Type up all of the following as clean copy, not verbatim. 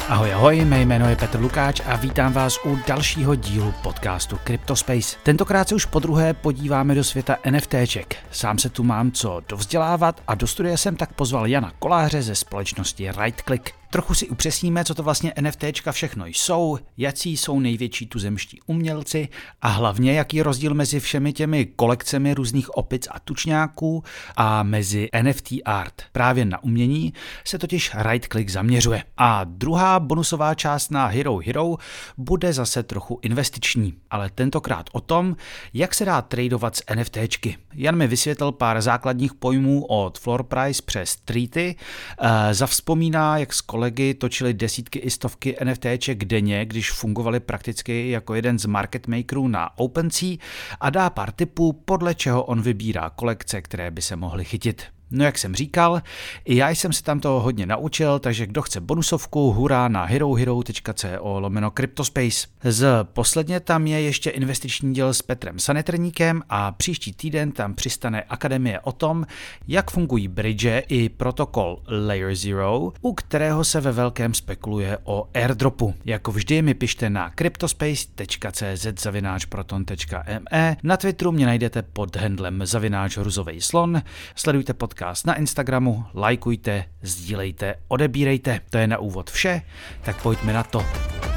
Ahoj, ahoj, mé jméno je Petr Lukáč a vítám vás u dalšího dílu podcastu CryptoSpace. Tentokrát se už podruhé podíváme do světa NFTček. Sám se tu mám co dovzdělávat a do studia jsem tak pozval Jana Koláře ze společnosti RightClick. Trochu si upřesníme, co to vlastně NFTčka všechno jsou, jací jsou největší tuzemští umělci a hlavně, jaký je rozdíl mezi všemi těmi kolekcemi různých opic a tučňáků a mezi NFT art. Právě na umění se totiž RightClick zaměřuje. A druhá bonusová část na Hero Hero bude zase trochu investiční, ale tentokrát o tom, jak se dá tradovat s NFTčky. Jan mi vysvětlil pár základních pojmů od floor price přes treaty, zavzpomíná, jak s kolegy točili desítky i stovky NFTček denně, když fungovali prakticky jako jeden z market makerů na OpenSea a dá pár tipů, podle čeho on vybírá kolekce, které by se mohly chytit. No jak jsem říkal, i já jsem se tam toho hodně naučil, takže kdo chce bonusovku, hurá na herohero.co/CryptoSpace. Posledně tam je ještě investiční díl s Petrem Sanetrníkem a příští týden tam přistane akademie o tom, jak fungují bridge i protokol Layer Zero, u kterého se ve velkém spekuluje o airdropu. Jako vždy mi pište na cryptospace.cz/proton.me, na Twitteru mě najdete pod handlem @hruzovejslon, sledujte podcast na Instagramu, lajkujte, sdílejte, odebírejte. To je na úvod vše, tak pojďme na to.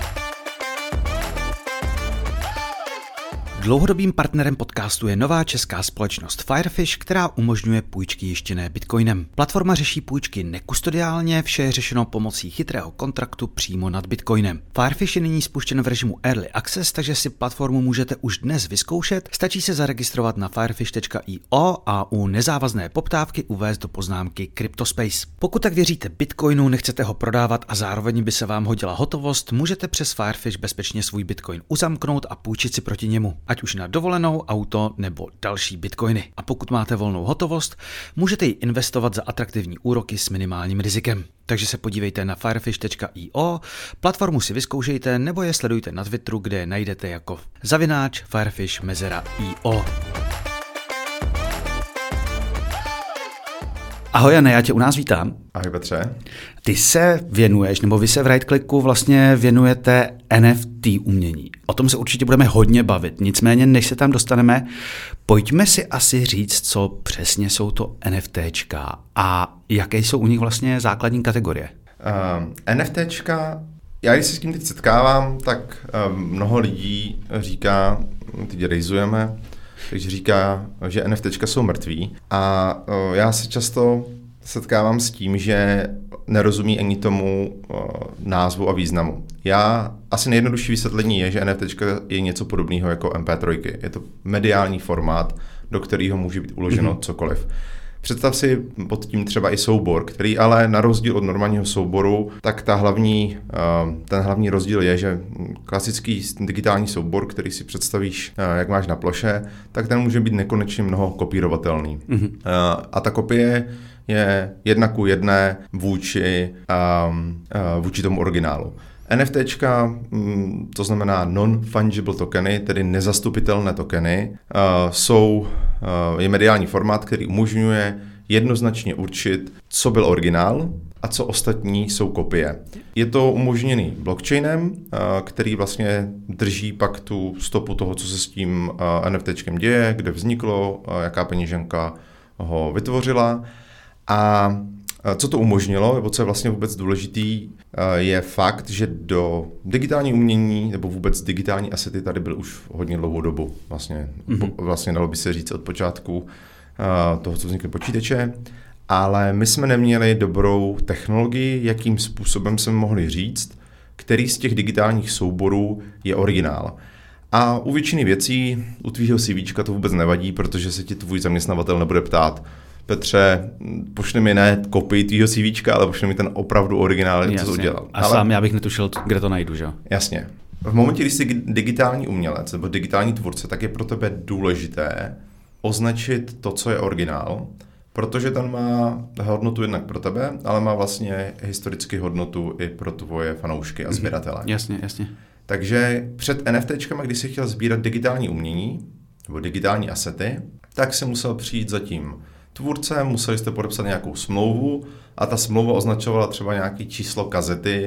Dlouhodobým partnerem podcastu je nová česká společnost Firefish, která umožňuje půjčky jištěné bitcoinem. Platforma řeší půjčky nekustodiálně, vše je řešeno pomocí chytrého kontraktu přímo nad bitcoinem. Firefish je nyní spuštěn v režimu Early Access, takže si platformu můžete už dnes vyzkoušet. Stačí se zaregistrovat na firefish.io a u nezávazné poptávky uvést do poznámky CryptoSpace. Pokud tak věříte bitcoinu, nechcete ho prodávat a zároveň by se vám hodila hotovost, můžete přes Firefish bezpečně svůj bitcoin uzamknout a půjčit si proti němu. Ať už na dovolenou, auto nebo další bitcoiny. A pokud máte volnou hotovost, můžete ji investovat za atraktivní úroky s minimálním rizikem. Takže se podívejte na firefish.io, platformu si vyzkoušejte nebo je sledujte na Twitteru, kde je najdete jako _firefish_io. Ahoj Jane, já tě u nás vítám. Ahoj Petře. Ty se věnuješ, nebo vy se v RightClicku vlastně věnujete NFT umění. O tom se určitě budeme hodně bavit, nicméně než se tam dostaneme, pojďme si asi říct, co přesně jsou to NFTčka a jaké jsou u nich vlastně základní kategorie. NFTčka, já když se s tím teď setkávám, tak mnoho lidí říká, teď rejzujeme, takže říká, že NFTčka jsou mrtví a já se často setkávám s tím, že nerozumí ani tomu názvu a významu. Asi nejjednodušší vysvětlení je, že NFTčka je něco podobného jako MP3. Je to mediální formát, do kterého může být uloženo cokoliv. Představ si pod tím třeba i soubor, který ale na rozdíl od normálního souboru, tak ten hlavní rozdíl je, že klasický digitální soubor, který si představíš, jak máš na ploše, tak ten může být nekonečně mnoho kopírovatelný. A ta kopie je 1:1 vůči tomu originálu. NFTčka, to znamená non-fungible tokeny, tedy nezastupitelné tokeny, je mediální formát, který umožňuje jednoznačně určit, co byl originál a co ostatní jsou kopie. Je to umožněný blockchainem, který vlastně drží pak tu stopu toho, co se s tím NFTčkem děje, kde vzniklo, jaká peněženka ho vytvořila. A co to umožnilo, nebo co je vlastně vůbec důležitý, je fakt, že do digitální umění, nebo vůbec digitální asety tady byl už hodně dlouhou dobu. Vlastně dalo by se říct od počátku toho, co vznikly počítače, ale my jsme neměli dobrou technologii, jakým způsobem jsme mohli říct, který z těch digitálních souborů je originál. A u většiny věcí, u tvýho CVčka to vůbec nevadí, protože se ti tvůj zaměstnavatel nebude ptát: Petře, pošli mi ne kopii tvýho CVčka, ale pošli mi ten opravdu originál, co to udělal. A sám já bych netušil, kde to najdu, že? Jasně. V momentě, když jsi digitální umělec nebo digitální tvůrce, tak je pro tebe důležité označit to, co je originál, protože ten má hodnotu jednak pro tebe, ale má vlastně historicky hodnotu i pro tvoje fanoušky a sběratele. Jasně. Takže před NFTčkama, když jsi chtěl sbírat digitální umění nebo digitální asety, tak si musel přijít za tím tvůrcem, museli jste podepsat nějakou smlouvu a ta smlouva označovala třeba nějaké číslo kazety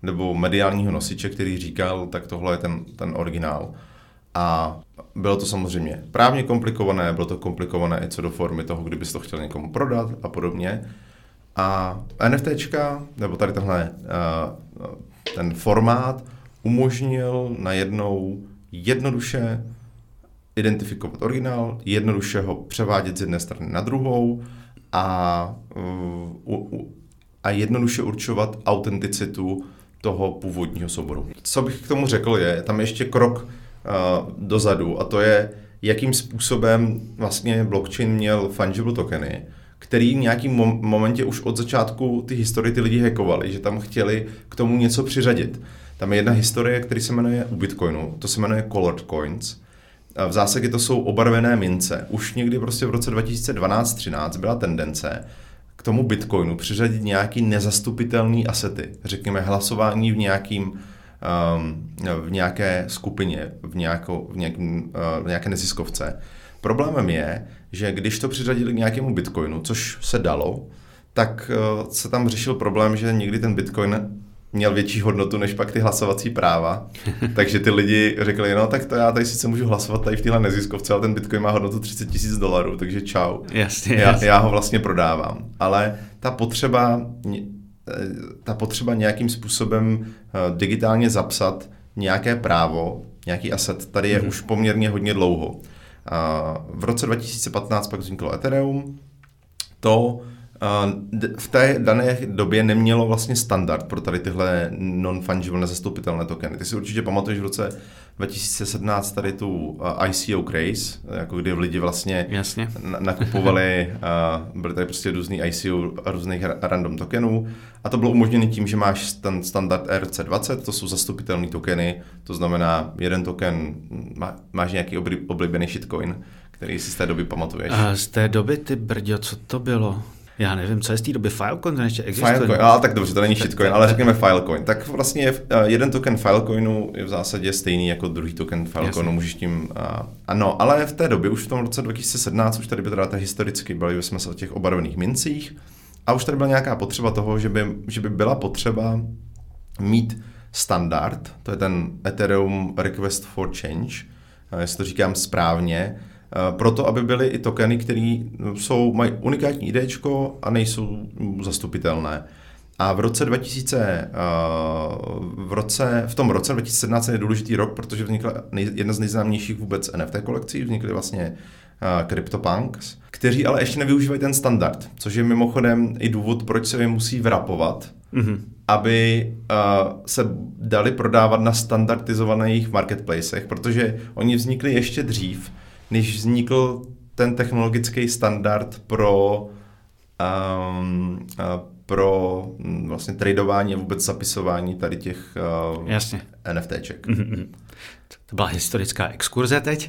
nebo mediálního nosiče, který říkal, tak tohle je ten originál. A bylo to samozřejmě právně komplikované, bylo to komplikované i co do formy toho, kdybys to chtěl někomu prodat a podobně. A NFTčka, nebo tady ten formát umožnil najednou jednoduše identifikovat originál, jednoduše ho převádět z jedné strany na druhou a jednoduše určovat autenticitu toho původního souboru. Co bych k tomu řekl je, tam ještě krok dozadu a to je, jakým způsobem vlastně blockchain měl fungible tokeny, který v nějakým momentě už od začátku ty historie ty lidi hackovali, že tam chtěli k tomu něco přiřadit. Tam je jedna historie, která se jmenuje u Bitcoinu, to se jmenuje colored coins. V zásadě to jsou obarvené mince. Už někdy prostě v roce 2012-13 byla tendence k tomu Bitcoinu přiřadit nějaký nezastupitelný asety. Řekněme hlasování v nějaké skupině, v nějaké neziskovce. Problémem je, že když to přiřadili k nějakému Bitcoinu, což se dalo, tak se tam řešil problém, že někdy ten Bitcoin měl větší hodnotu než pak ty hlasovací práva. Takže ty lidi řekli, no tak to já tady sice můžu hlasovat tady v téhle neziskovce, ale ten Bitcoin má hodnotu $30,000, takže čau. Jasně. Já ho vlastně prodávám. Ale ta potřeba nějakým způsobem digitálně zapsat nějaké právo, nějaký asset, tady je už poměrně hodně dlouho. V roce 2015 pak vzniklo Ethereum. To v té dané době nemělo vlastně standard pro tady tyhle non-fungible nezastupitelné tokeny. Ty si určitě pamatuješ v roce 2017 tady tu ICO craze, jako kdy lidi vlastně nakupovali, byly tady prostě různý ICO a různých random tokenů a to bylo umožněné tím, že máš ten standard ERC20, to jsou zastupitelné tokeny, to znamená jeden token, máš nějaký oblíbený shitcoin, který si z té doby pamatuješ. Z té doby, ty brďo, co to bylo? Já nevím, co je z té doby Filecoin, ten ještě existuje. Filecoin, tak dobře, to není shitcoin, ale řekněme Filecoin. Tak vlastně jeden token Filecoinu je v zásadě stejný jako druhý token Filecoinu, můžeš tím... Ano, ale v té době, už v tom roce 2017, už tady byla historicky, bavili jsme se o těch obarvených mincích a už tady byla nějaká potřeba toho, že by byla potřeba mít standard, to je ten Ethereum Request for Change, jestli to říkám správně, proto, aby byly i tokeny, které mají unikátní idéčko a nejsou zastupitelné. A v roce 2017 je důležitý rok, protože vznikla jedna z nejznámějších vůbec NFT kolekcí, vznikly vlastně CryptoPunks, kteří ale ještě nevyužívají ten standard, což je mimochodem i důvod, proč se je musí wrapovat, aby se dali prodávat na standardizovaných marketplacech, protože oni vznikli ještě dřív, než vznikl ten technologický standard pro vlastně tradování a vůbec zapisování tady těch NFTček. To byla historická exkurze teď.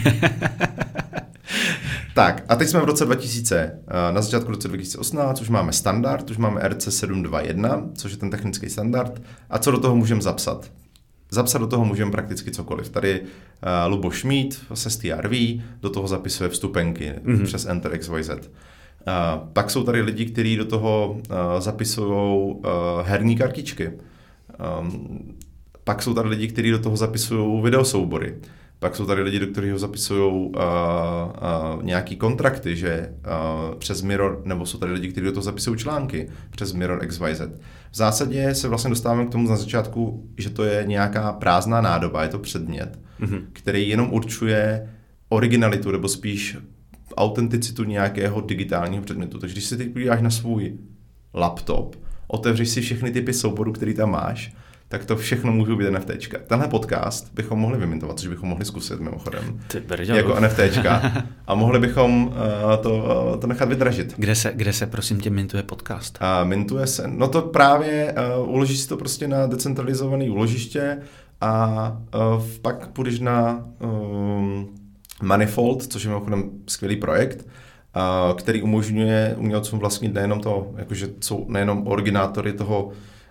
Tak, a teď jsme v roce 2000, na začátku roce 2018, už máme standard, už máme RC721, což je ten technický standard. A co do toho můžeme zapsat? Zapsat do toho můžeme prakticky cokoliv. Tady Luboš Šmíd se STRV do toho zapisuje vstupenky přes Enter XYZ. Pak jsou tady lidi, kteří do toho zapisují herní kartičky. Pak jsou tady lidi, kteří do toho zapisují videosoubory. Pak jsou tady lidi, do kterých zapisují nějaký kontrakty, že přes Mirror, nebo jsou tady lidi, kteří do toho zapisují články přes Mirror XYZ. V zásadě se vlastně dostáváme k tomu na začátku, že to je nějaká prázdná nádoba, je to předmět, který jenom určuje originalitu, nebo spíš autenticitu nějakého digitálního předmětu. Takže když si teď podíváš na svůj laptop, otevřeš si všechny typy souborů, který tam máš, tak to všechno můžou být NFTčka. Tenhle podcast bychom mohli vymintovat, což bychom mohli zkusit mimochodem. Jako NFTčka. A mohli bychom to nechat vydražit. Kde se prosím tě mintuje podcast? Mintuje se, no to právě uložíš si to prostě na decentralizované úložiště a pak půjdeš na Manifold, což je mimochodem skvělý projekt, který umožňuje umělcům vlastnit nejenom to, jakože jsou nejenom originátory toho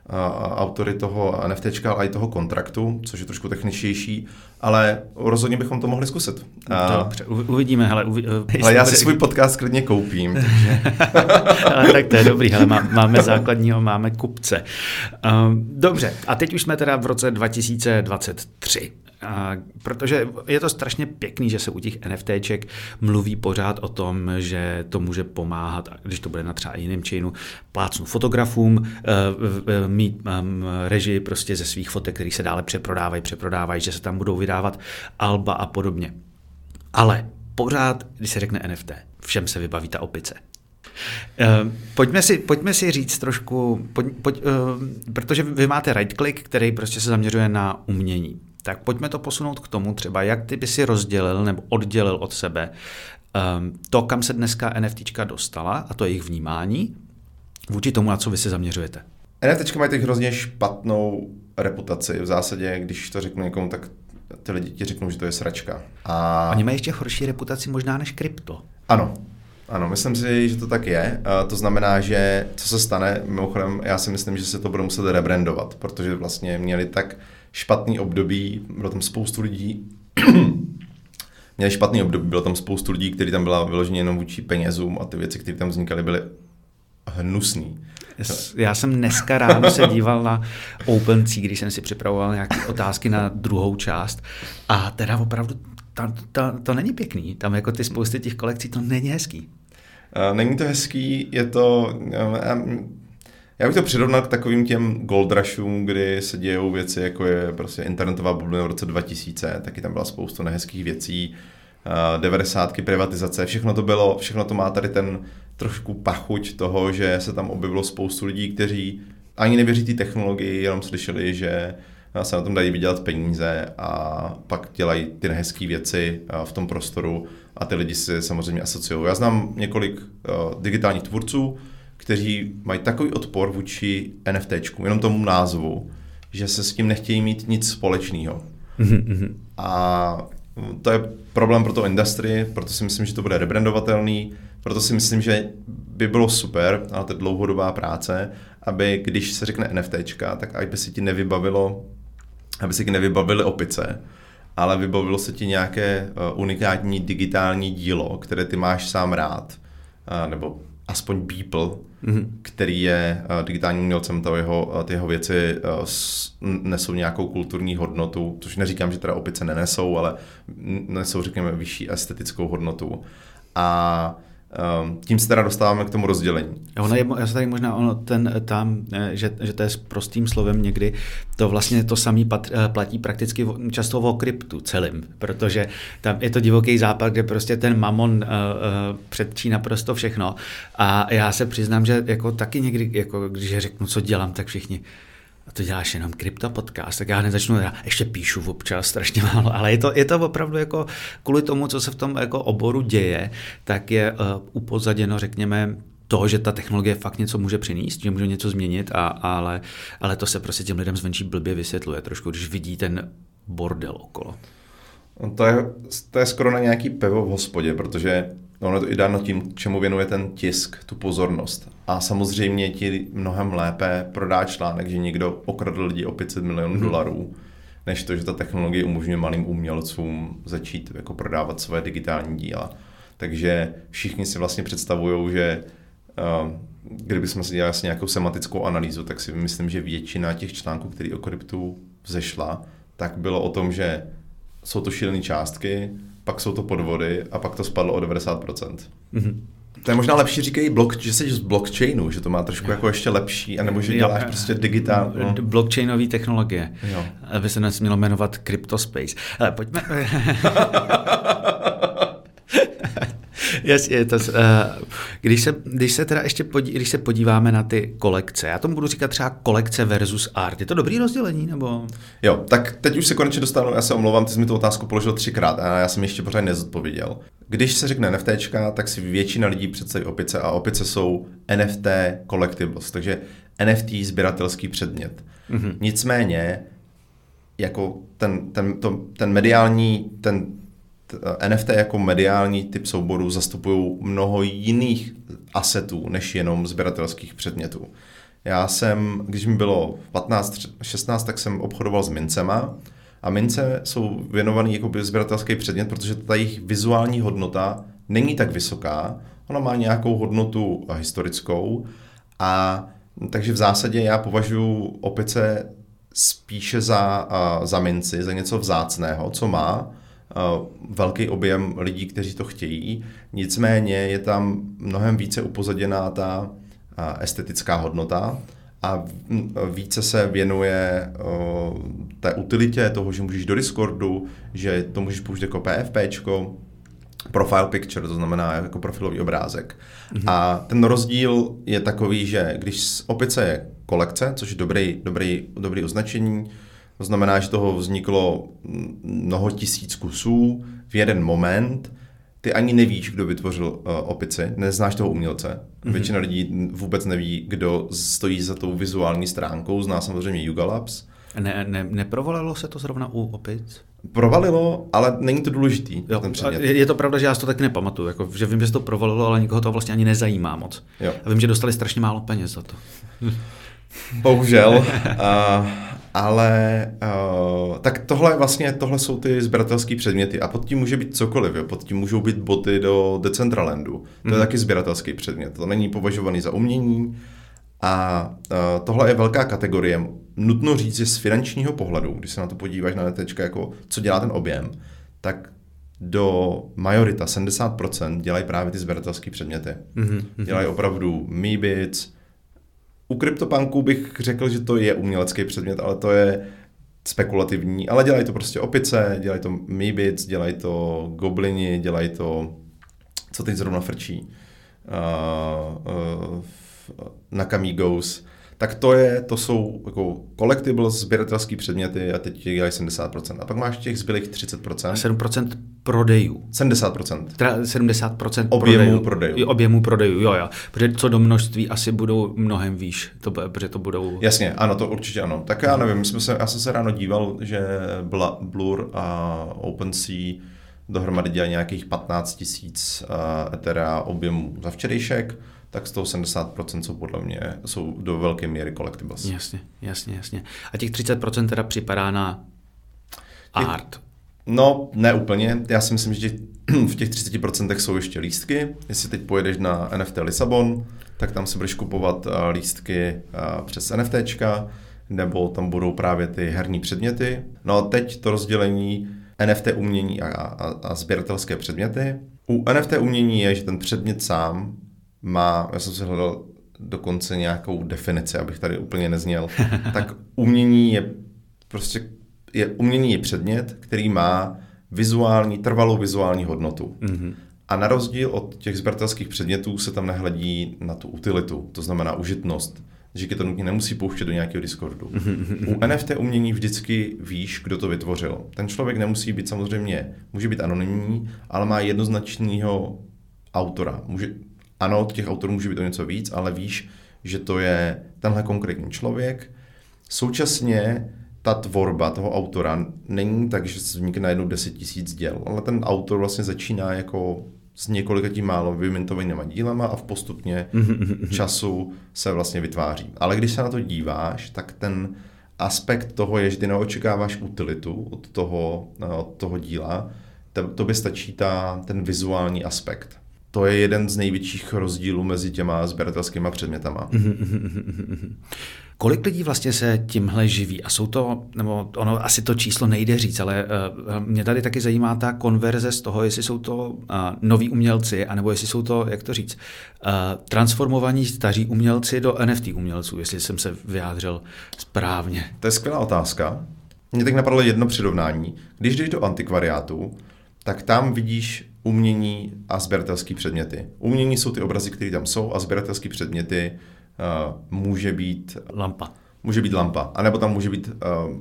autory toho NFTčka, ale i toho kontraktu, což je trošku techničtější, ale rozhodně bychom to mohli zkusit. Dobře, uvidíme. Ale já si svůj podcast klidně koupím. Takže... ale tak to je dobrý, hele, máme základního, máme kupce. Dobře, a teď už jsme teda v roce 2023. Protože je to strašně pěkný, že se u těch NFTček mluví pořád o tom, že to může pomáhat, když to bude na třeba jiném chainu, plácnu fotografům, mít režii prostě ze svých fotek, které se dále přeprodávají, že se tam budou vydávat alba a podobně. Ale pořád, když se řekne NFT, všem se vybaví ta opice. Pojďme si říct trošku, protože vy máte right-click, který prostě se zaměřuje na umění. Tak pojďme to posunout k tomu třeba, jak ty by si rozdělil nebo oddělil od sebe to, kam se dneska NFTčka dostala a to jejich vnímání vůči tomu, na co vy se zaměřujete. NFTčka mají teď hrozně špatnou reputaci. V zásadě, když to řeknu někomu, tak ty lidi ti řeknou, že to je sračka. A oni mají ještě horší reputaci možná než krypto. Ano, myslím si, že to tak je. To znamená, že co se stane, mimochodem, já si myslím, že se to budou muset rebrandovat, protože vlastně měli tak špatný období, bylo tam spoustu lidí, bylo tam spoustu lidí, kteří tam byla vyloženě jenom vůči penězům a ty věci, které tam vznikaly, byly hnusný. Já jsem dneska ráno se díval na OpenSea, když jsem si připravoval nějaké otázky na druhou část a teda opravdu to není pěkný. Tam jako ty spousty těch kolekcí, to není hezký. Není to hezký, je to... Já bych to přirovnal k takovým těm gold rushům, kdy se dějou věci, jako je prostě internetová bublina v roce 2000, taky tam byla spoustu nehezkých věcí, 90, privatizace, všechno to má tady ten trošku pachuť toho, že se tam objevilo spoustu lidí, kteří ani nevěří té technologii, jenom slyšeli, že se na tom dají vydělat peníze a pak dělají ty nehezké věci v tom prostoru a ty lidi si samozřejmě asociují. Já znám několik digitálních tvůrců, kteří mají takový odpor vůči NFTčku, jenom tomu názvu, že se s tím nechtějí mít nic společného. A to je problém pro to industry, proto si myslím, že to bude rebrandovatelný, proto si myslím, že by bylo super, ale to je dlouhodobá práce, aby když se řekne NFTčka, tak aby se ti nevybavily opice, ale vybavilo se ti nějaké unikátní digitální dílo, které ty máš sám rád, nebo aspoň Beeple, který je digitálním umělcem, ty jeho věci nesou nějakou kulturní hodnotu, což neříkám, že teda opice nenesou, ale nesou, řekněme, vyšší estetickou hodnotu. A tím se teda dostáváme k tomu rozdělení. Já se tady možná že to je s prostým slovem někdy, to vlastně to samé platí prakticky často o kryptu celým, protože tam je to divoký západ, kde prostě ten mamon předčí naprosto všechno a já se přiznám, že jako taky někdy, jako když řeknu, co dělám, tak všichni a to děláš jenom kryptopodcast, tak já hned začnu, já ještě píšu občas strašně málo, ale je to opravdu jako kvůli tomu, co se v tom jako oboru děje, tak je upozaděno, řekněme, to, že ta technologie fakt něco může přinést, že může něco změnit, ale to se prostě těm lidem zvenčí blbě vysvětluje trošku, když vidí ten bordel okolo. To je skoro na nějaký pivo v hospodě, protože ono je to i dáno tím, čemu věnuje ten tisk, tu pozornost. A samozřejmě ti mnohem lépe prodá článek, že někdo okradl lidi o 500 milionů dolarů, než to, že ta technologie umožňuje malým umělcům začít jako prodávat své digitální díla. Takže všichni si vlastně představují, že kdybychom si dělali nějakou semantickou analýzu, tak si myslím, že většina těch článků, který o kryptu vzešla, tak bylo o tom, že jsou to šílené částky, pak jsou to podvody a pak to spadlo o 90%. To je možná lepší, říkají, že jsi z blockchainu, že to má trošku jako ještě lepší, anebo že děláš prostě digitální. Blockchainové technologie. Jo. Aby se nás mělo jmenovat CryptoSpace. Ale pojďme... Jasně, když se teda ještě když se podíváme na ty kolekce, já tomu budu říkat třeba kolekce versus art. Je to dobrý rozdělení, nebo? Jo, tak teď už se konečně dostanu, já se omlouvám, ty jsi mi tu otázku položil 3krát a já jsem ještě pořád nezodpověděl. Když se řekne NFTčka, tak si většina lidí představí opice a opice jsou NFT collectibles, takže NFT sběratelský předmět. Nicméně, jako ten mediální, NFT jako mediální typ souborů zastupují mnoho jiných asetů, než jenom sběratelských předmětů. Já jsem, když mi bylo 15-16, tak jsem obchodoval s mincema a mince jsou věnovaný jako sběratelský předmět, protože ta jejich vizuální hodnota není tak vysoká, ona má nějakou hodnotu historickou a takže v zásadě já považuji opice spíše za minci, za něco vzácného, co má velký objem lidí, kteří to chtějí. Nicméně je tam mnohem více upozaděná ta estetická hodnota a více se věnuje té utilitě toho, že můžeš do Discordu, že to můžeš použít jako PFPčko, profile picture, to znamená jako profilový obrázek. A ten rozdíl je takový, že když opice je kolekce, což je dobrý označení, to znamená, že toho vzniklo mnoho tisíc kusů v jeden moment, ty ani nevíš, kdo vytvořil opici, neznáš toho umělce. Většina lidí vůbec neví, kdo stojí za tou vizuální stránkou, zná samozřejmě Yuga Labs. Neprovalilo se to zrovna u opic? Provalilo, ale není to důležitý, jo, ten předmět. Je to pravda, že já si to taky nepamatuju, jako, že vím, že se to provalilo, ale nikoho to vlastně ani nezajímá moc. Jo. A vím, že dostali strašně málo peněz za to. Bohužel, tak tohle jsou ty sběratelské předměty a pod tím může být cokoliv, jo. Pod tím můžou být boty do Decentralandu. To je taky sběratelský předmět, to není považovaný za umění a tohle je velká kategorie. Nutno říct, že z finančního pohledu, když se na to podíváš na netečka, jako co dělá ten objem, tak do majorita, 70% dělají právě ty sběratelské předměty. Dělají opravdu Meebits. U CryptoPunku bych řekl, že to je umělecký předmět, ale to je spekulativní. Ale dělají to prostě opice, dělají to Meebits, dělají to goblini, dělají to, co teď zrovna frčí, Nakamigos. Tak to jsou jako collectibles, sběratelský předměty a teď dělají 70%. A pak máš těch zbylých 30%. 7% prodejů. 70%. 70% objemu prodejů, jo. Protože co do množství asi budou mnohem výš, protože to budou... Jasně, ano, to určitě ano. Tak já nevím, já jsem se ráno díval, že Blur a OpenSea dohromady dělají nějakých 15 000 Ethera objemu za včerejšek, tak z toho 70% jsou podle mě do velké míry collectibles. Jasně. A těch 30% teda připadá na art. No, ne úplně. Já si myslím, že v těch 30% jsou ještě lístky. Jestli teď pojedeš na NFT Lisabon, tak tam si budeš kupovat lístky přes NFTčka, nebo tam budou právě ty herní předměty. No a teď to rozdělení NFT umění a sběratelské předměty. U NFT umění je, že ten předmět sám má, já jsem si hledal dokonce nějakou definici, abych tady úplně nezněl, tak umění je předmět, který má trvalou vizuální hodnotu. A na rozdíl od těch sběratelských předmětů se tam nehledí na tu utilitu, to znamená užitnost, že to nutně nemusí pouštět do nějakého Discordu. U NFT umění vždycky víš, kdo to vytvořil. Ten člověk nemusí být samozřejmě, může být anonymní, ale má jednoznačného autora. Ano, těch autorů může být o něco víc, ale víš, že to je tenhle konkrétní člověk. Současně ta tvorba toho autora není tak, že vznikne najednou 10 000 děl, ale ten autor vlastně začíná jako s několika tím málo vymintovanýma dílama a v postupně času se vlastně vytváří. Ale když se na to díváš, tak ten aspekt toho je, že ty neočekáváš utilitu od toho díla, tobě stačí ten vizuální aspekt. To je jeden z největších rozdílů mezi těma sběratelskýma předmětama. Kolik lidí vlastně se tímhle živí? A jsou to, nebo ono asi to číslo nejde říct, ale mě tady taky zajímá ta konverze z toho, jestli jsou to noví umělci, anebo jestli jsou to, jak to říct, transformovaní staří umělci do NFT umělců, jestli jsem se vyjádřil správně. To je skvělá otázka. Mně teď napadlo jedno přirovnání. Když jdeš do antikvariátu, tak tam vidíš umění a sběratelské předměty. Umění jsou ty obrazy, které tam jsou, a sběratelské předměty může být lampa. Může být lampa, anebo tam může být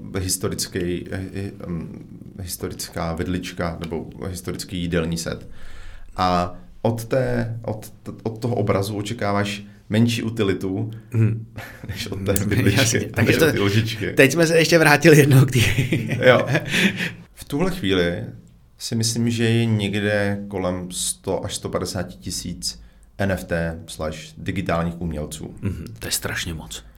historická vidlička nebo historický jídelní set. A od toho obrazu očekáváš menší utilitu, než od té vidličky, než od ty lžičky. Teď jsme se ještě vrátili jednou k té. Jo. V tuhle chvíli si myslím, že je někde kolem 100 až 150 tisíc NFT/digitálních umělců. To je strašně moc.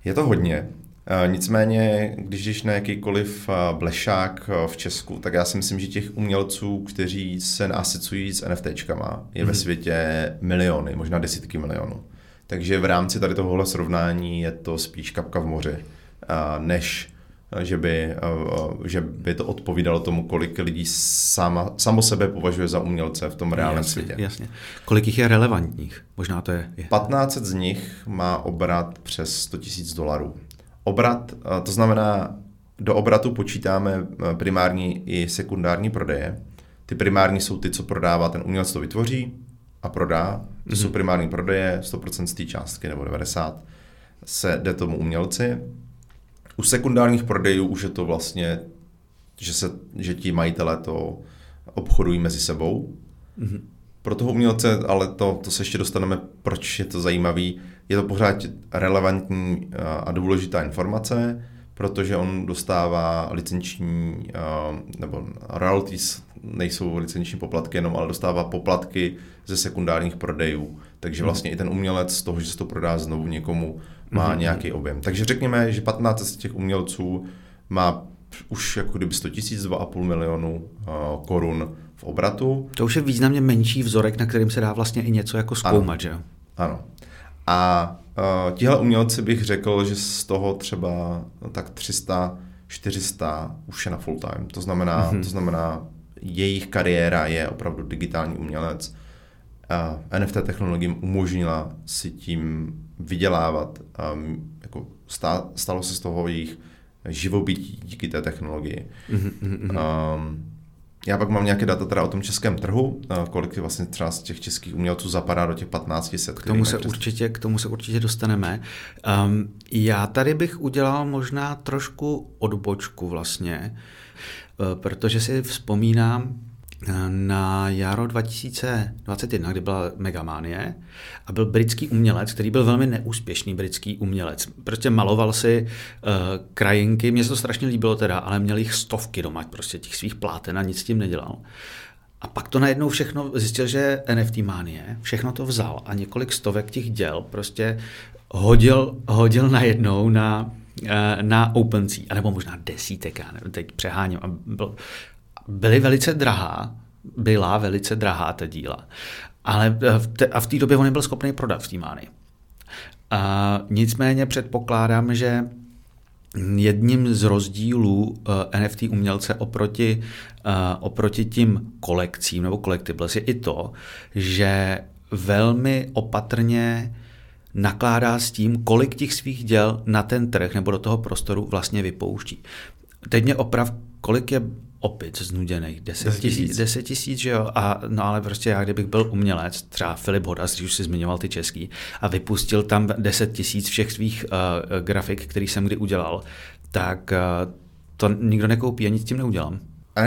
Je to hodně. Nicméně, když jdeš na jakýkoliv blešák v Česku, tak já si myslím, že těch umělců, kteří se naasicují s NFTčkama, je ve světě miliony, možná desítky milionů. Takže v rámci tady tohohle srovnání je to spíš kapka v moři, než že by to odpovídalo tomu, kolik lidí samo sebe považuje za umělce v tom reálném světě. Jasně. Kolik jich je relevantních? Možná to je. 1500 z nich má obrat přes $100,000. Obrat, to znamená, do obratu počítáme primární i sekundární prodeje. Ty primární jsou ty, co prodává ten umělec, to vytvoří a prodá. To jsou primární prodeje, 100% z té částky nebo 90% se jde tomu umělci. U sekundárních prodejů už je to vlastně, že ti majitelé to obchodují mezi sebou. Pro toho umělce, ale to se ještě dostaneme, proč je to zajímavý, je to pořád relevantní a důležitá informace, protože on dostává licenční, nebo royalties nejsou licenční poplatky jenom, ale dostává poplatky ze sekundárních prodejů. Takže vlastně i ten umělec z toho, že se to prodá znovu někomu, má nějaký objem. Takže řekněme, že 15 z těch umělců má už jako kdyby 100 000, 2,5 milionu korun v obratu. To už je významně menší vzorek, na kterým se dá vlastně i něco jako zkoumat, že jo? Ano. A tihle umělci bych řekl, že z toho třeba tak 300, 400 už je na full time. To znamená, jejich kariéra je opravdu digitální umělec. NFT technologie umožnila si tím vydělávat. Jako stalo se z toho jejich živobytí díky té technologii. Já pak mám nějaké data teda o tom českém trhu, kolik vlastně třeba z těch českých umělců zapadá do těch 1500. K tomu se určitě dostaneme. Já tady bych udělal možná trošku odbočku vlastně, protože si vzpomínám na jaro 2021, kdy byla Megamanie a byl britský umělec, který byl velmi neúspěšný britský umělec. Prostě maloval si krajinky, mně se to strašně líbilo teda, ale měl jich stovky doma, prostě těch svých pláten a nic s tím nedělal. A pak to najednou všechno zjistil, že NFT manie, všechno to vzal a několik stovek těch děl prostě hodil najednou na OpenSea, anebo možná desítek, já nevím, teď přeháním. Byla velice drahá ta díla, ale v té době on nebyl schopný prodat v té mánii. Nicméně předpokládám, že jedním z rozdílů NFT umělce oproti tím kolekcím nebo collectibles je i to, že velmi opatrně nakládá s tím, kolik těch svých děl na ten trh nebo do toho prostoru vlastně vypouští. Teď mě oprav, kolik je opic znuděných, 10 000, že jo, no ale prostě já, kdybych byl umělec, třeba Filip Hodas, když už si zmiňoval ty český, a vypustil tam 10 000 všech svých grafik, který jsem kdy udělal, tak to nikdo nekoupí a nic s tím neudělám.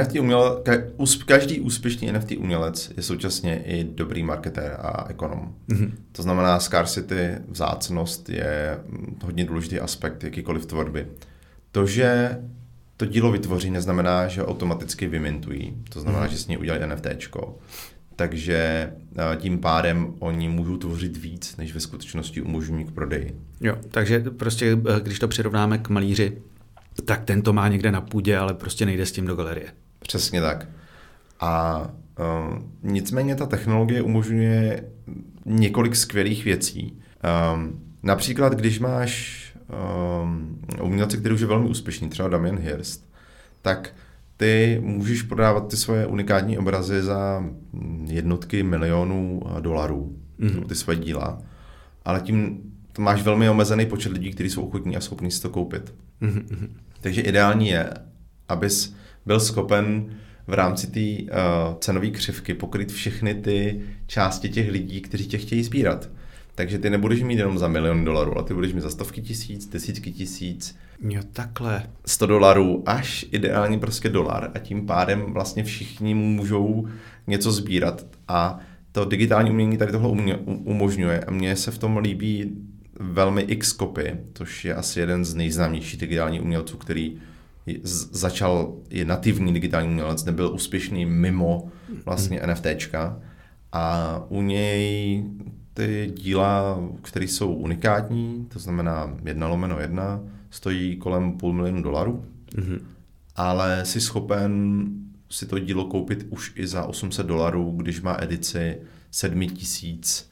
Každý úspěšný NFT umělec je současně i dobrý marketér a ekonom. To znamená, scarcity, vzácnost je hodně důležitý aspekt jakýkoliv tvorby. To, že to dílo vytvoří, neznamená, že automaticky vymintují. To znamená, že s ní udělají NFTčko. Takže tím pádem oni můžou tvořit víc, než ve skutečnosti umožňují k prodeji. Jo, takže prostě, když to přirovnáme k malíři, tak ten to má někde na půdě, ale prostě nejde s tím do galerie. Přesně tak. A nicméně ta technologie umožňuje několik skvělých věcí. Například, když máš umělce, který už je velmi úspěšný, třeba Damien Hirst, tak ty můžeš prodávat ty svoje unikátní obrazy za jednotky milionů dolarů, ty svoje díla, ale tím to máš velmi omezený počet lidí, kteří jsou ochotní a schopní si to koupit. Takže ideální je, abys byl schopen v rámci té cenové křivky pokryt všechny ty části těch lidí, kteří tě chtějí sbírat. Takže ty nebudeš mít jenom za $1 milion, ale ty budeš mít za stovky tisíc, desítky tisíc. Jo, takhle. $100 až ideálně prostě $1 a tím pádem vlastně všichni můžou něco sbírat a to digitální umění tady tohle umožňuje a mně se v tom líbí velmi Xcopy, což je asi jeden z nejznámějších digitálních umělců, který je nativní digitální umělec, nebyl úspěšný mimo vlastně NFTčka a u něj ty díla, které jsou unikátní, to znamená 1/1, stojí kolem $500,000, ale jsi schopen si to dílo koupit už i za $800, když má edici 7,000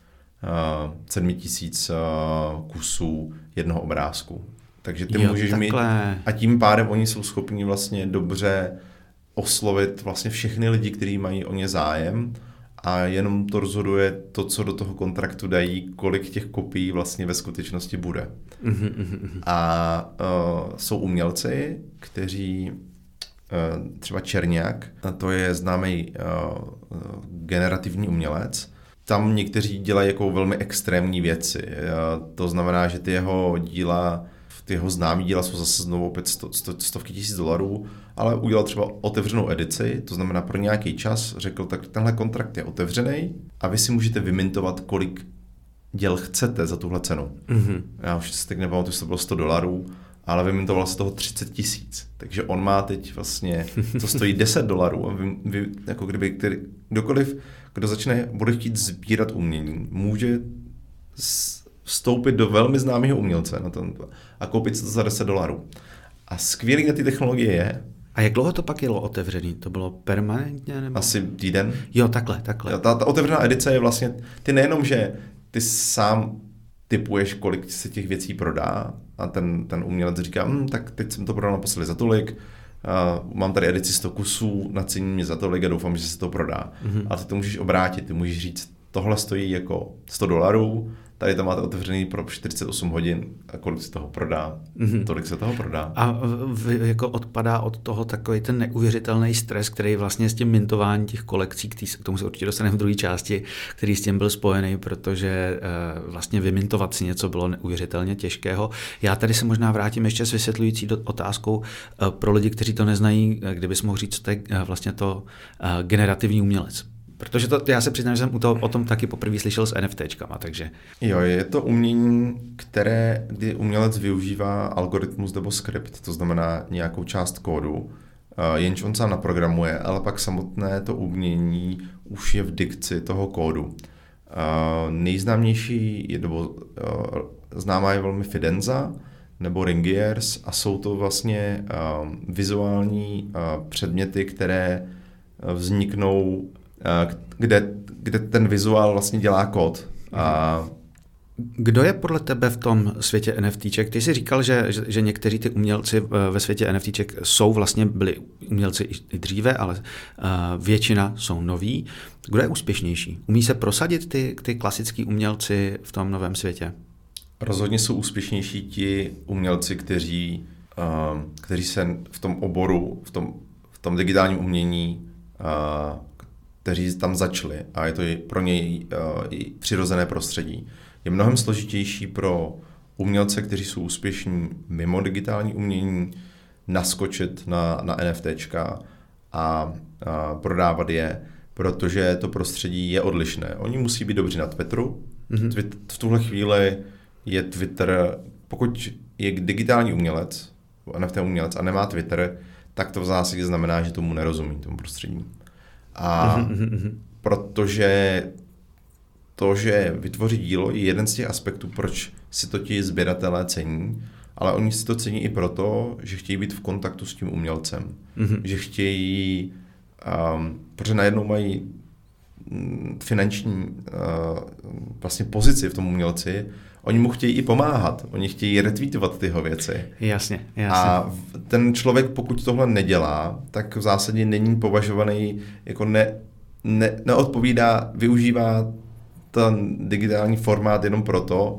kusů jednoho obrázku. Takže ty můžeš mít, a tím pádem oni jsou schopni vlastně dobře oslovit vlastně všechny lidi, kteří mají o ně zájem, a jenom to rozhoduje to, co do toho kontraktu dají, kolik těch kopií vlastně ve skutečnosti bude. A jsou umělci, kteří třeba Černiak, to je známý generativní umělec, tam někteří dělají jako velmi extrémní věci. To znamená, že ty jeho díla, ty jeho známý díla jsou zase znovu opět stovky tisíc dolarů, ale udělal třeba otevřenou edici, to znamená pro nějaký čas řekl, tak tenhle kontrakt je otevřený a vy si můžete vymintovat, kolik děl chcete za tuhle cenu. Já už si teď nepamatuji, že to bylo $100, ale vymintoval se toho 30 000. Takže on má teď vlastně, to stojí $10 a vy jako kdyby kdokoliv, kdo bude chtít sbírat umění, může vstoupit do velmi známého umělce na tomto a koupit si to za $10. A skvělý na ty technologie je. A jak dlouho to pak jelo otevřený? To bylo permanentně? Nebo? Asi týden. Jo, takhle. Jo, ta otevřená edice je vlastně, ty nejenom, že ty sám typuješ, kolik se těch věcí prodá a ten umělec říká, tak teď jsem to prodal naposledy za tolik, mám tady edici 100 kusů, nacení mě za tolik a doufám, že se to prodá. A ty to můžeš obrátit, ty můžeš říct, tohle stojí jako $100, tady to máte otevřený pro 48 hodin a kolik se toho prodá, tolik se toho prodá. A jako odpadá od toho takový ten neuvěřitelný stres, který vlastně s tím mintováním těch kolekcí, k tomu se určitě dostaneme v druhé části, který s tím byl spojený, protože vlastně vymintovat si něco bylo neuvěřitelně těžkého. Já tady se možná vrátím ještě s vysvětlující otázkou pro lidi, kteří to neznají, kdybys mohl říct, co to je vlastně to generativní umělec. Protože já se přiznám, že jsem o tom taky poprvé slyšel s NFTčkama, takže... Jo, je to umění, kdy umělec využívá algoritmus nebo skript, to znamená nějakou část kódu, jenž on sám naprogramuje, ale pak samotné to umění už je v dikci toho kódu. Nejznámější známá je velmi Fidenza nebo Ringiers a jsou to vlastně vizuální předměty, které vzniknou kde ten vizuál vlastně dělá kód. Kdo je podle tebe v tom světě NFTček? Ty jsi říkal, že někteří ty umělci ve světě NFTček byli umělci i dříve, ale většina jsou noví. Kdo je úspěšnější? Umí se prosadit ty klasický umělci v tom novém světě? Rozhodně jsou úspěšnější ti umělci, kteří se v tom oboru, v tom digitálním umění kteří tam začali a je to pro něj přirozené prostředí. Je mnohem složitější pro umělce, kteří jsou úspěšní mimo digitální umění, naskočit na NFTčka a prodávat je, protože to prostředí je odlišné. Oni musí být dobří na Twitteru. V tuhle chvíli je Twitter, pokud je digitální umělec, NFT umělec a nemá Twitter, tak to v zásadě znamená, že tomu nerozumí, tomu prostředí. A protože to, že vytvoří dílo, je jeden z těch aspektů, proč si to ti sběratelé cení, ale oni si to cení i proto, že chtějí být v kontaktu s tím umělcem. Že chtějí, protože najednou mají finanční vlastně pozici v tom umělci, oni mu chtějí i pomáhat, oni chtějí retweetovat tyho věci. Jasně. A ten člověk, pokud tohle nedělá, tak v zásadě není považovaný jako neodpovídá, využívá ten digitální formát jenom proto,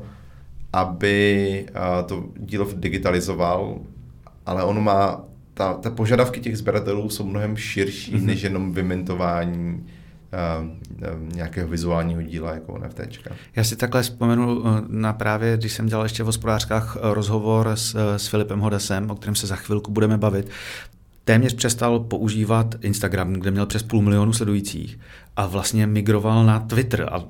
aby to dílo digitalizoval, ale ono má, ta požadavky těch sběratelů jsou mnohem širší, než jenom vymintování nějakého vizuálního díla jako NFTčka. Já si takhle vzpomenu na právě, když jsem dělal ještě v Hospodářkách rozhovor s Filipem Hodasem, o kterém se za chvilku budeme bavit. Téměř přestal používat Instagram, kde měl přes 500 000 sledujících a vlastně migroval na Twitter a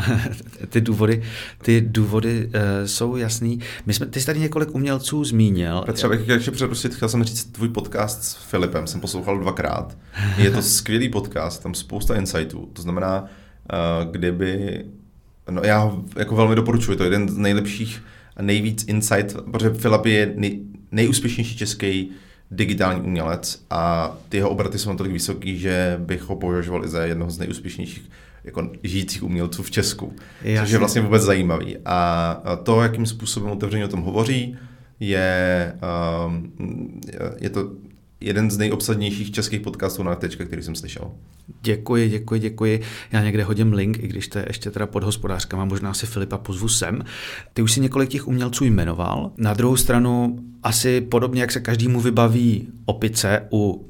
ty důvody jsou jasný. Ty jsi tady několik umělců zmínil. Petře, bych ještě předustit, chtěl jsem říct tvůj podcast s Filipem, jsem poslouchal 2krát. Je to skvělý podcast, tam spousta insightů, to znamená, kdyby No já ho jako velmi doporučuji, to je jeden z nejlepších a nejvíc insight, protože Filip je nejúspěšnější český digitální umělec a ty jeho obraty jsou natolik vysoký, že bych ho považoval i za jednoho z nejúspěšnějších jako žijících umělců v Česku, což je vlastně vůbec zajímavý. A to, jakým způsobem otevřeně o tom hovoří, je to jeden z nejobsadnějších českých podcastů na Tečka, který jsem slyšel. Děkuji. Já někde hodím link, i když to je ještě teda pod hospodářkama, možná si Filipa pozvu sem. Ty už si několik těch umělců jmenoval. Na druhou stranu asi podobně, jak se každému vybaví opice u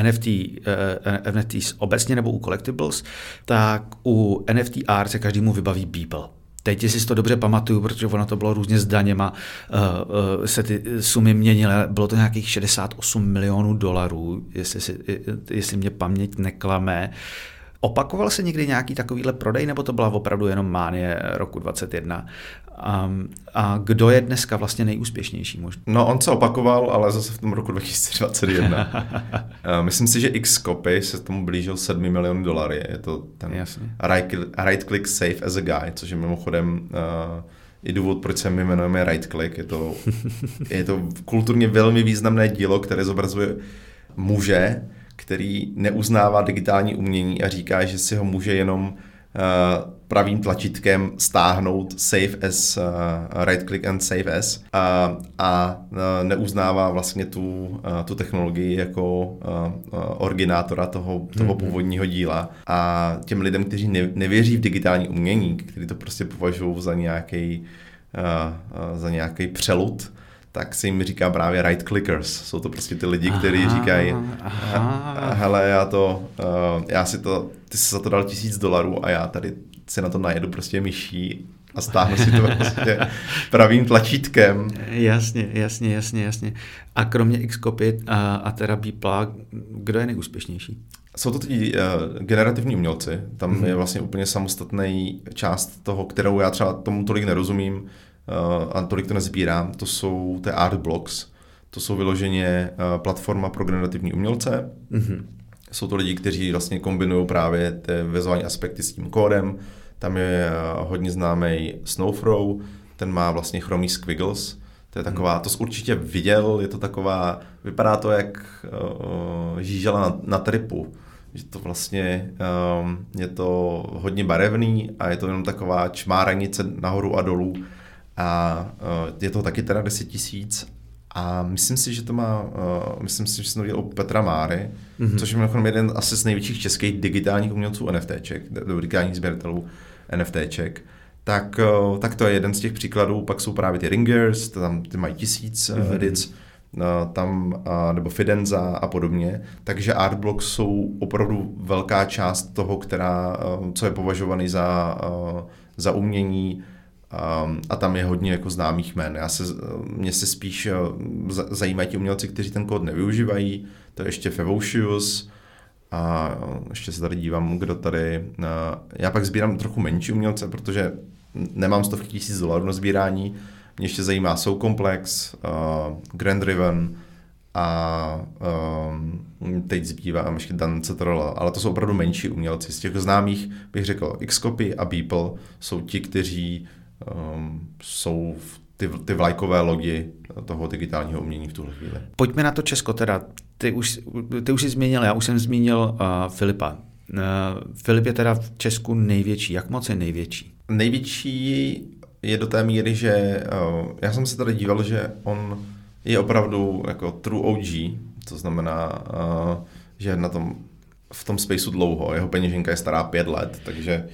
NFTs obecně nebo u collectibles, tak u NFT art se každému vybaví Beeple. Teď si to dobře pamatuju, protože ono to bylo různě s daněma, se ty sumy měnily, bylo to nějakých 68 milionů dolarů, jestli mě paměť neklame. Opakoval se někdy nějaký takovýhle prodej, nebo to byla opravdu jenom mánie roku 2021? A kdo je dneska vlastně nejúspěšnější možná? No on se opakoval, ale zase v tom roku 2021. Myslím si, že Xcopy se tomu blížil 7 milionů dolarů. Je to ten right click save as a guy, což je mimochodem i důvod, proč se my jmenujeme right click. Je to kulturně velmi významné dílo, které zobrazuje muže, který neuznává digitální umění a říká, že si ho může jenom pravým tlačítkem stáhnout save as, right click and save as a neuznává vlastně tu technologii jako originátora toho původního díla. A těm lidem, kteří nevěří v digitální umění, kteří to prostě považují za nějaký přelud, tak se jim říká právě right clickers. Jsou to prostě ty lidi, kteří říkají hele, ty jsi za to dal $1000 a já tady si na to najedu prostě myší a stáhnu si to prostě pravým tlačítkem. Jasně. A kromě Xcopy a teda Beeple, kdo je nejúspěšnější? Jsou to ty generativní umělci. Tam je vlastně úplně samostatný část toho, kterou já třeba tomu tolik nerozumím, a tolik to nezbírám, to jsou ty Artblocks. To jsou vyloženě platforma pro generativní umělce. Jsou to lidi, kteří vlastně kombinují právě ty vizuální aspekty s tím kódem. Tam je hodně známý Snowthrow, ten má vlastně chromý squiggles. To je taková, to jsi určitě viděl, je to taková, vypadá to jak žížela na tripu. Že to vlastně je to hodně barevný a je to jenom taková čmáranice nahoru a dolů. A je to taky teda 10 000 a myslím si, že jsem to viděl u Petra Máry, což je jeden asi z největších českých digitálních umělců NFTček, digitálních sběratelů NFTček. Tak to je jeden z těch příkladů, pak jsou právě ty Ringers, tam ty mají 1000 edic, tam, nebo Fidenza a podobně, takže Artblocks jsou opravdu velká část toho, co je považovaný za umění, a tam je hodně jako známých jmen. Mě se spíš zajímají ti umělci, kteří ten kód nevyužívají, to je ještě Fevocious a ještě se tady dívám, kdo tady... Já pak sbírám trochu menší umělce, protože nemám stovky $1000 na sbírání. Mě ještě zajímá Soul Complex, Grand Riven a teď zbývám ještě Dan Cetrola, ale to jsou opravdu menší umělci. Z těch známých bych řekl Xcopy a Beeple jsou ti, kteří jsou ty vlajkové lodi toho digitálního umění v tuhle chvíli. Pojďme na to Česko teda. Ty už jsi zmínil, já už jsem zmínil Filipa. Filip je teda v Česku největší. Jak moc je největší? Největší je do té míry, že já jsem se tady díval, že on je opravdu jako true OG, to znamená, že v tom spaceu dlouho. Jeho peněženka je stará 5 let, takže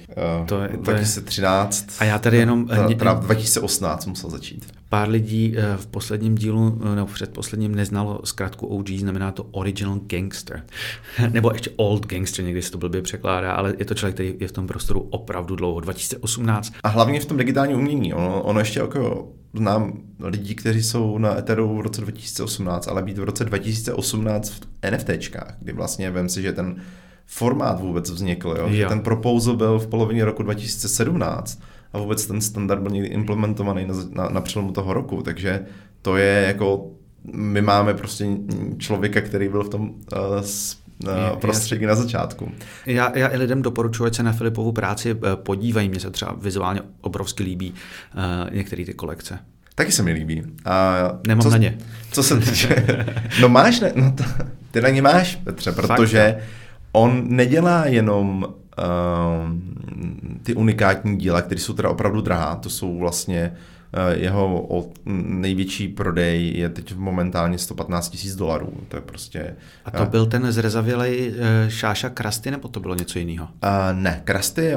2013 a já tady jenom 2018 musel začít. Pár lidí v posledním dílu nebo předposledním neznalo zkrátku OG, znamená to Original Gangster. Nebo ještě Old Gangster, někdy se to blbě překládá, ale je to člověk, který je v tom prostoru opravdu dlouho. 2018. A hlavně v tom digitálním umění. Ono ještě jako znám lidi, kteří jsou na Etheru v roce 2018, ale být v roce 2018 v NFTčkách, kdy vlastně vem si, že ten formát vůbec vznikl. Jo? Že ten proposal byl v polovině roku 2017 a vůbec ten standard byl někdy implementovaný na přelomu toho roku, takže to je jako, my máme prostě člověka, který byl v tom prostředí na začátku. Já i lidem doporučuji, ať se na Filipovu práci podívají. Mně se třeba vizuálně obrovsky líbí některé ty kolekce. Taky se mi líbí. Nemám na ně. Co se týče... No máš, ne? No ty na ně máš, Petře, protože on nedělá jenom ty unikátní díla, které jsou teda opravdu drahá, to jsou vlastně jeho největší prodej je teď momentálně $115,000, to je prostě... A to byl ten zrezavělej Šáša Krasty, nebo to bylo něco jiného? Ne, Krasty je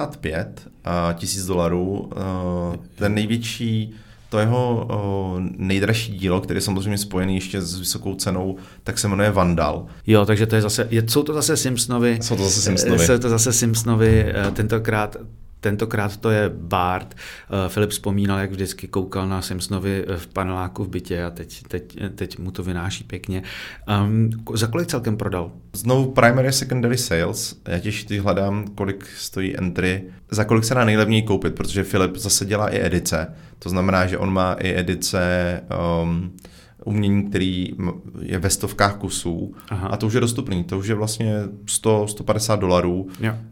$85,000, ten největší, to jeho nejdražší dílo, které je samozřejmě spojený ještě s vysokou cenou, tak se jmenuje Vandal. Jo, takže to je zase, jsou to zase Simpsonovi. Jsou to zase Simpsonovi, tentokrát to je Bart. Filip vzpomínal, jak vždycky koukal na Simpsonovi v paneláku v bytě a teď mu to vynáší pěkně. Za kolik celkem prodal? Znovu primary secondary sales. Já těžko hledám, kolik stojí entry, za kolik se dá nejlevněji koupit, protože Filip zase dělá i edice. To znamená, že on má i edice umění, který je ve stovkách kusů. Aha. A to už je dostupný. To už je vlastně $100-150,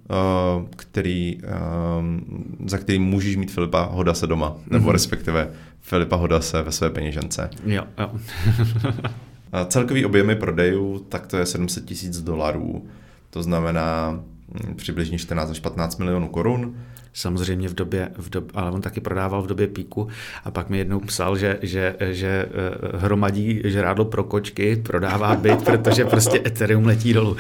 za který můžeš mít Filipa Hodase doma, nebo respektive Filipa Hodase ve své peněžence. Jo. Celkový objemy prodejů, tak to je $700,000. To znamená přibližně 14 až 15 milionů korun. Samozřejmě v době, ale on taky prodával v době píku a pak mi jednou psal, že hromadí žrádlo pro kočky, prodává byt, protože prostě Ethereum letí dolů.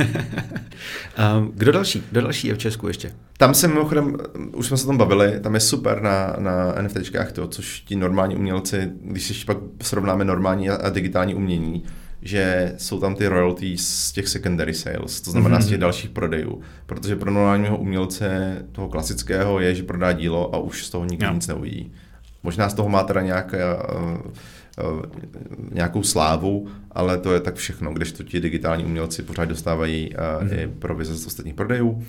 Kdo další je v Česku ještě? Tam se mimochodem, už jsme se o tom bavili, tam je super na NFTčkách to, což ti normální umělci, když si pak srovnáme normální a digitální umění, že jsou tam ty royalties z těch secondary sales, to znamená z těch dalších prodejů. Protože pro normálního umělce toho klasického je, že prodá dílo a už z toho nikdy nic neuvidí. Možná z toho má teda nějakou slávu, ale to je tak všechno, kdežto ti digitální umělci pořád dostávají i provize z ostatních prodejů.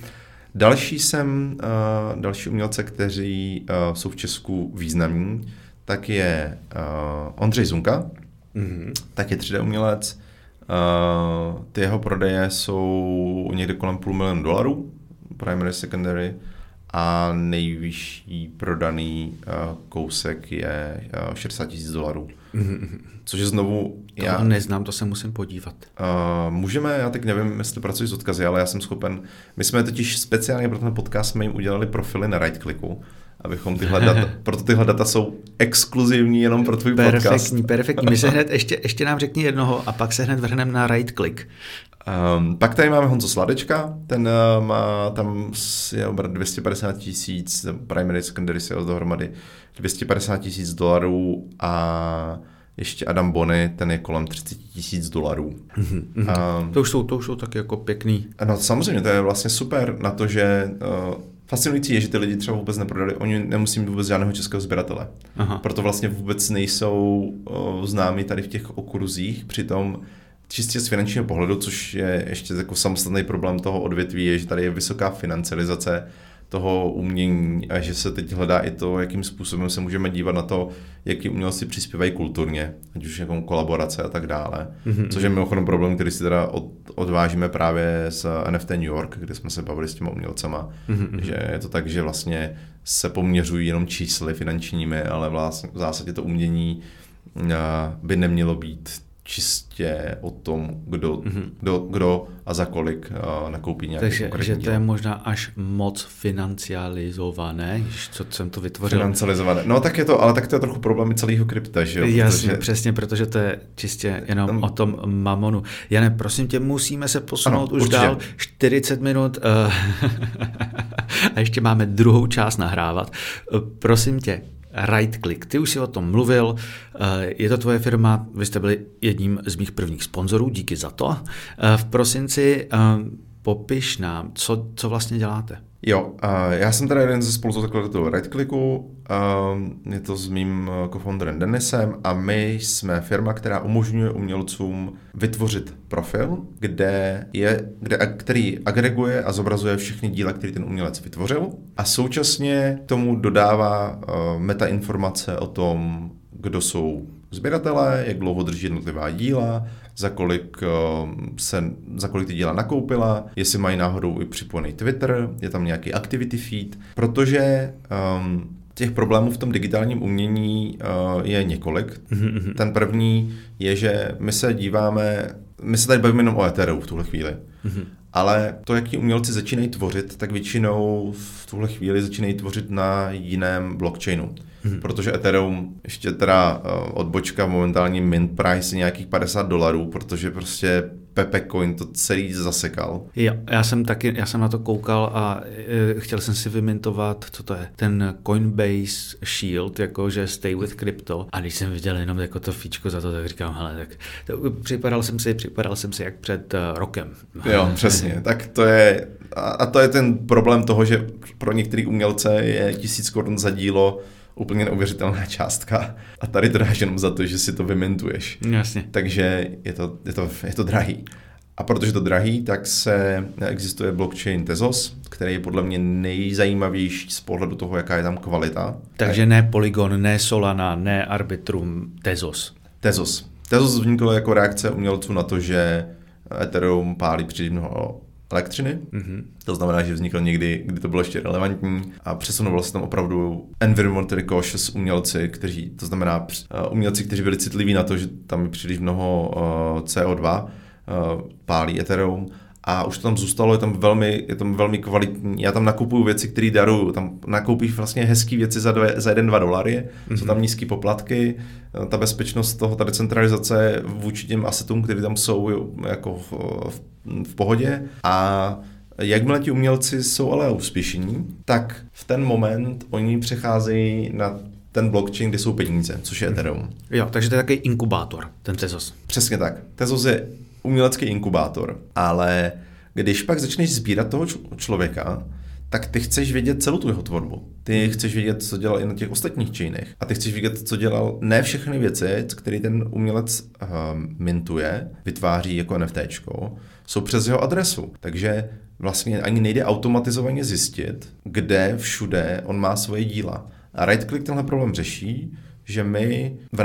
Další umělce, kteří jsou v Česku významní, tak je Ondřej Zunka, tak je 3D umělec. Ty jeho prodeje jsou někde kolem $500,000, primary, secondary, a nejvyšší prodaný kousek je $60,000. Což je znovu... Já neznám, to se musím podívat. Můžeme, já teď nevím, jestli pracuji s odkazy, ale já jsem schopen... My jsme totiž speciálně pro ten podcast jsme jim udělali profily na RightClicku, abychom proto tyhle data jsou exkluzivní jenom pro tvůj podcast. Perfektní. My se hned, ještě nám řekni jednoho a pak se hned vrhneme na RightClick. Pak tady máme Honzo Sladečka, ten má tam je obrat 250,000, primary secondary sales dohromady $250,000 a ještě Adam Bony, ten je kolem $30,000. To už jsou taky jako pěkný. No samozřejmě, to je vlastně super na to, že fascinující je, že ty lidi třeba vůbec neprodali, oni nemusí mít vůbec žádného českého sběratele. Aha. Proto vlastně vůbec nejsou známí tady v těch okruzích, přitom čistě z finančního pohledu, což je ještě jako samostatný problém toho odvětví, je, že tady je vysoká financializace toho umění a že se teď hledá i to, jakým způsobem se můžeme dívat na to, jaký umělci přispívají kulturně, ať už nějakou kolaborace a tak dále. Což je mimochodem problém, který si teda odvážíme právě z NFT New York, kde jsme se bavili s těma umělcema, že je to tak, že vlastně se poměřují jenom čísly finančními, ale vlastně v zásadě to umění by nemělo být čistě o tom, kdo a za kolik nakoupí nějaký konkrétní díl. Takže to je možná až moc financializované, co jsem to vytvořil. Financializované. No tak je to, ale tak to je trochu problém celého krypta, že jo? Jasně, přesně, protože to je čistě jenom o tom mamonu. Jane, prosím tě, musíme se posunout už určitě dál. 40 minut a ještě máme druhou část nahrávat. Prosím tě, RightClick. Ty už si o tom mluvil, je to tvoje firma, vy jste byli jedním z mých prvních sponzorů, díky za to. V prosinci popiš nám, co vlastně děláte. Jo, já jsem teda jeden ze spoluzakladatelů RightClicku, je to s mým co-founderem Denisem a my jsme firma, která umožňuje umělcům vytvořit profil, který agreguje a zobrazuje všechny díla, které ten umělec vytvořil a současně tomu dodává metainformace o tom, kdo jsou sběratelé, jak dlouho drží jednotlivá díla, za kolik ty díla nakoupila, jestli mají náhodou i připojený Twitter, je tam nějaký activity feed, protože těch problémů v tom digitálním umění je několik. Ten první je, že my se tady bavíme jenom o Ethereum v tuhle chvíli. Ale to, jak ti umělci začínají tvořit, tak většinou v tuhle chvíli začínají tvořit na jiném blockchainu. Protože Ethereum, ještě teda odbočka, momentální mint price je nějakých $50, protože prostě Pepe Coin to celý zasekal. Jo, já jsem na to koukal a chtěl jsem si vymintovat, co to je, ten Coinbase Shield, jakože Stay with Crypto. A když jsem viděl jenom jako to fíčko za to, tak říkám, hele, tak připadal jsem si jak před rokem. Jo, přesně. Tak to je, a to je ten problém toho, že pro některé umělce je 1000 korun za dílo úplně neuvěřitelná částka a tady to dáš jenom za to, že si to vymintuješ. Jasně. Takže je to drahý. A protože je to drahý, tak existuje blockchain Tezos, který je podle mě nejzajímavější z pohledu toho, jaká je tam kvalita. Takže ne Polygon, ne Solana, ne Arbitrum, Tezos. Tezos vzniklo jako reakce umělců na to, že Ethereum pálí příliš mnoho elektřiny. To znamená, že vzniklo někdy, kdy to bylo ještě relevantní a přesunovalo se tam opravdu environmentally cautious umělci, kteří byli citliví na to, že tam je příliš mnoho CO2, pálí Ethereum a už to tam zůstalo, je tam velmi kvalitní. Já tam nakupuju věci, které daruju. Tam nakoupíš vlastně hezký věci za $1-2, jsou tam nízké poplatky, ta bezpečnost toho, ta decentralizace vůči těm asetům, které tam jsou jako v pohodě. A jakmile ti umělci jsou ale úspěšní, tak v ten moment oni přecházejí na ten blockchain, kde jsou peníze, což je Ethereum. Jo, takže to je takový inkubátor, ten Tezos. Přesně tak. Tezos je umělecký inkubátor, ale když pak začneš sbírat toho člověka, tak ty chceš vědět celou tu jeho tvorbu. Ty chceš vědět, co dělal i na těch ostatních chainech. A ty chceš vědět, co dělal ne všechny věci, které ten umělec mintuje, vytváří jako NFTčko, jsou přes jeho adresu. Takže vlastně ani nejde automatizovaně zjistit, kde všude on má svoje díla. A RightClick tenhle problém řeší, že v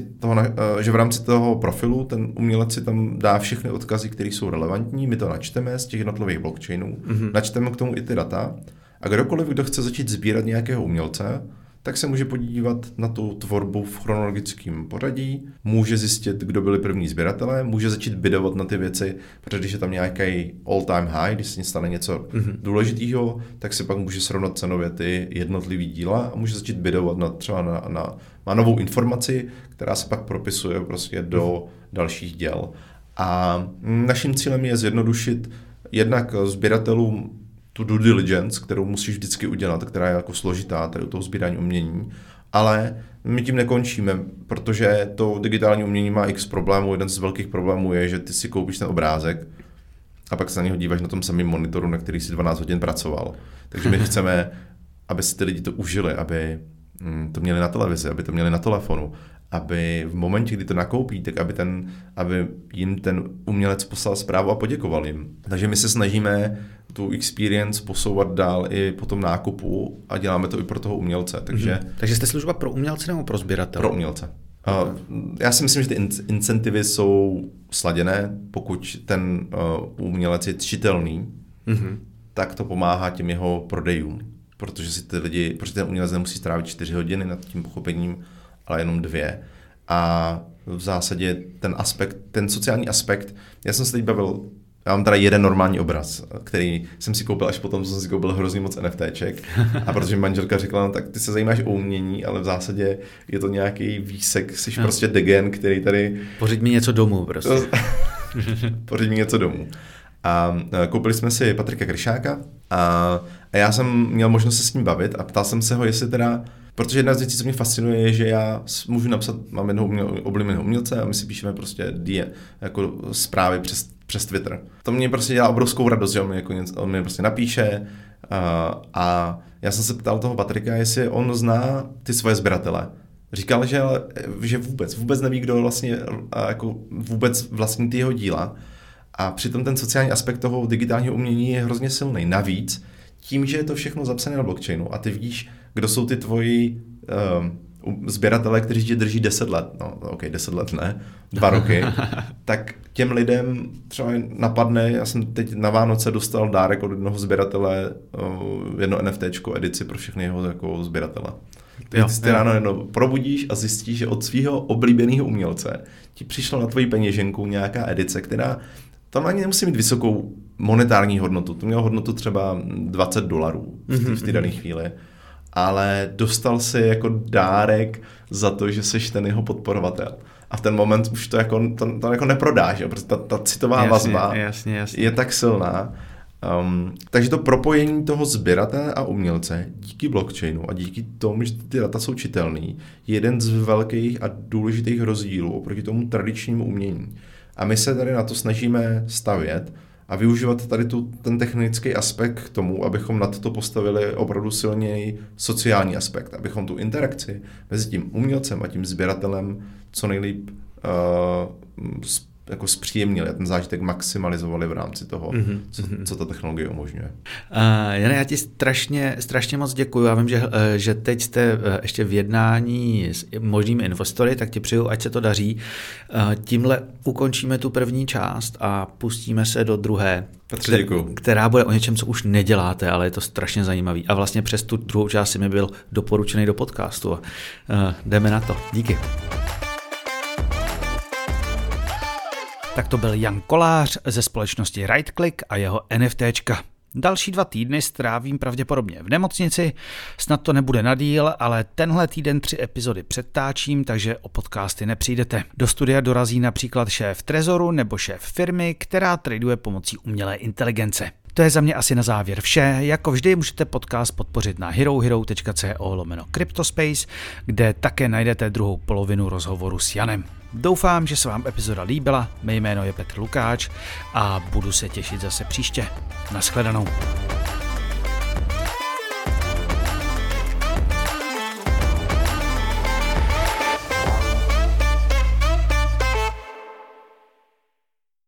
rámci toho profilu ten umělec si tam dá všechny odkazy, které jsou relevantní, my to načteme z těch jednotlivých blockchainů, načteme k tomu i ty data a kdokoliv, kdo chce začít sbírat nějakého umělce, tak se může podívat na tu tvorbu v chronologickém pořadí, může zjistit, kdo byli první sběratelé, může začít bidovat na ty věci, protože když je tam nějaký all-time high, když se stane něco důležitého, tak si pak může srovnat cenově ty jednotlivý díla a může začít bidovat třeba na novou informaci, která se pak propisuje prostě do dalších děl. A naším cílem je zjednodušit jednak sběratelům tu due diligence, kterou musíš vždycky udělat, která je jako složitá tady u toho sbírání umění, ale my tím nekončíme, protože to digitální umění má x problémů. Jeden z velkých problémů je, že ty si koupíš ten obrázek a pak se na něho díváš na tom samém monitoru, na který si 12 hodin pracoval. Takže my chceme, aby si ty lidi to užili, aby to měli na televizi, aby to měli na telefonu, aby v momentě, kdy to nakoupí, tak aby jim ten umělec poslal zprávu a poděkoval jim. Takže my se snažíme tu experience posouvat dál i po tom nákupu a děláme to i pro toho umělce. Takže jste služba pro umělce nebo pro sběratele? Pro umělce. Já si myslím, že ty incentivy jsou sladěné, pokud ten umělec je čitelný, tak to pomáhá těm jeho prodejům. Protože ten umělec nemusí strávit 4 hodiny nad tím pochopením, ale jenom 2. A v zásadě ten sociální aspekt, já jsem se teď bavil, já mám teda jeden normální obraz, který jsem si koupil až potom, co jsem si koupil hrozně moc NFTček. A protože manželka řekla, no, tak ty se zajímáš o umění, ale v zásadě je to nějaký výsek, jsi prostě degen, který tady... Pořiď mi něco domů prostě. Pořiď mi něco domů. A koupili jsme si Patrika Kryšáka a já jsem měl možnost se s ním bavit a ptal jsem se ho, jestli teda, protože jedna z věcí, co mě fascinuje, je, že já můžu napsat, mám jednoho oblíbeného umělce a my si píšeme prostě jako zprávy přes Twitter. To mě prostě dělá obrovskou radost, že on mi prostě napíše a já jsem se ptal toho Patrika, jestli on zná ty svoje sběratele. Říkal, že vůbec neví, kdo vlastně jako vůbec vlastní ty jeho díla. A přitom ten sociální aspekt toho digitálního umění je hrozně silný. Navíc, tím, že je to všechno zapsané na blockchainu a ty víš, kdo jsou ty tvoji sběratele, kteří tě drží 10 let, no ok, 10 let ne, 2 roky, tak těm lidem třeba napadne, já jsem teď na Vánoce dostal dárek od jednoho sběratele, jedno NFTčko edici pro všechny jeho jako sběratele. Ty ráno jedno probudíš a zjistíš, že od svého oblíbeného umělce ti přišla na tvoji peněženku nějaká edice, která tam ani nemusí mít vysokou monetární hodnotu. To mělo hodnotu třeba $20 v té dané chvíli. Ale dostal si jako dárek za to, že jsi ten jeho podporovatel. A v ten moment už to jako, to jako neprodáš, jo? Protože ta citová vazba je tak silná. Takže to propojení toho sběratele a umělce díky blockchainu a díky tomu, že ty data jsou čitelný, je jeden z velkých a důležitých rozdílů oproti tomu tradičnímu umění. A my se tady na to snažíme stavět a využívat tady ten technický aspekt k tomu, abychom nad to postavili opravdu silněji sociální aspekt, abychom tu interakci mezi tím umělcem a tím sběratelem co nejlíp jako zpříjemnili a ten zážitek maximalizovali v rámci toho, co ta technologie umožňuje. Jane, já ti strašně moc děkuju. Já vím, že teď jste ještě v jednání s možnými investory, tak ti přeju, ať se to daří. Tímhle ukončíme tu první část a pustíme se do druhé, která bude o něčem, co už neděláte, ale je to strašně zajímavý. A vlastně přes tu druhou část si mi byl doporučený do podcastu. Jdeme na to. Díky. Tak to byl Jan Kolář ze společnosti RightClick a jeho NFTčka. Další 2 týdny strávím pravděpodobně v nemocnici, snad to nebude na díl, ale tenhle týden 3 epizody předtáčím, takže o podcasty nepřijdete. Do studia dorazí například šéf Trezoru nebo šéf firmy, která traduje pomocí umělé inteligence. To je za mě asi na závěr vše. Jako vždy můžete podcast podpořit na herohero.co/cryptospace, kde také najdete druhou polovinu rozhovoru s Janem. Doufám, že se vám epizoda líbila, mé jméno je Petr Lukáč a budu se těšit zase příště. Naschledanou.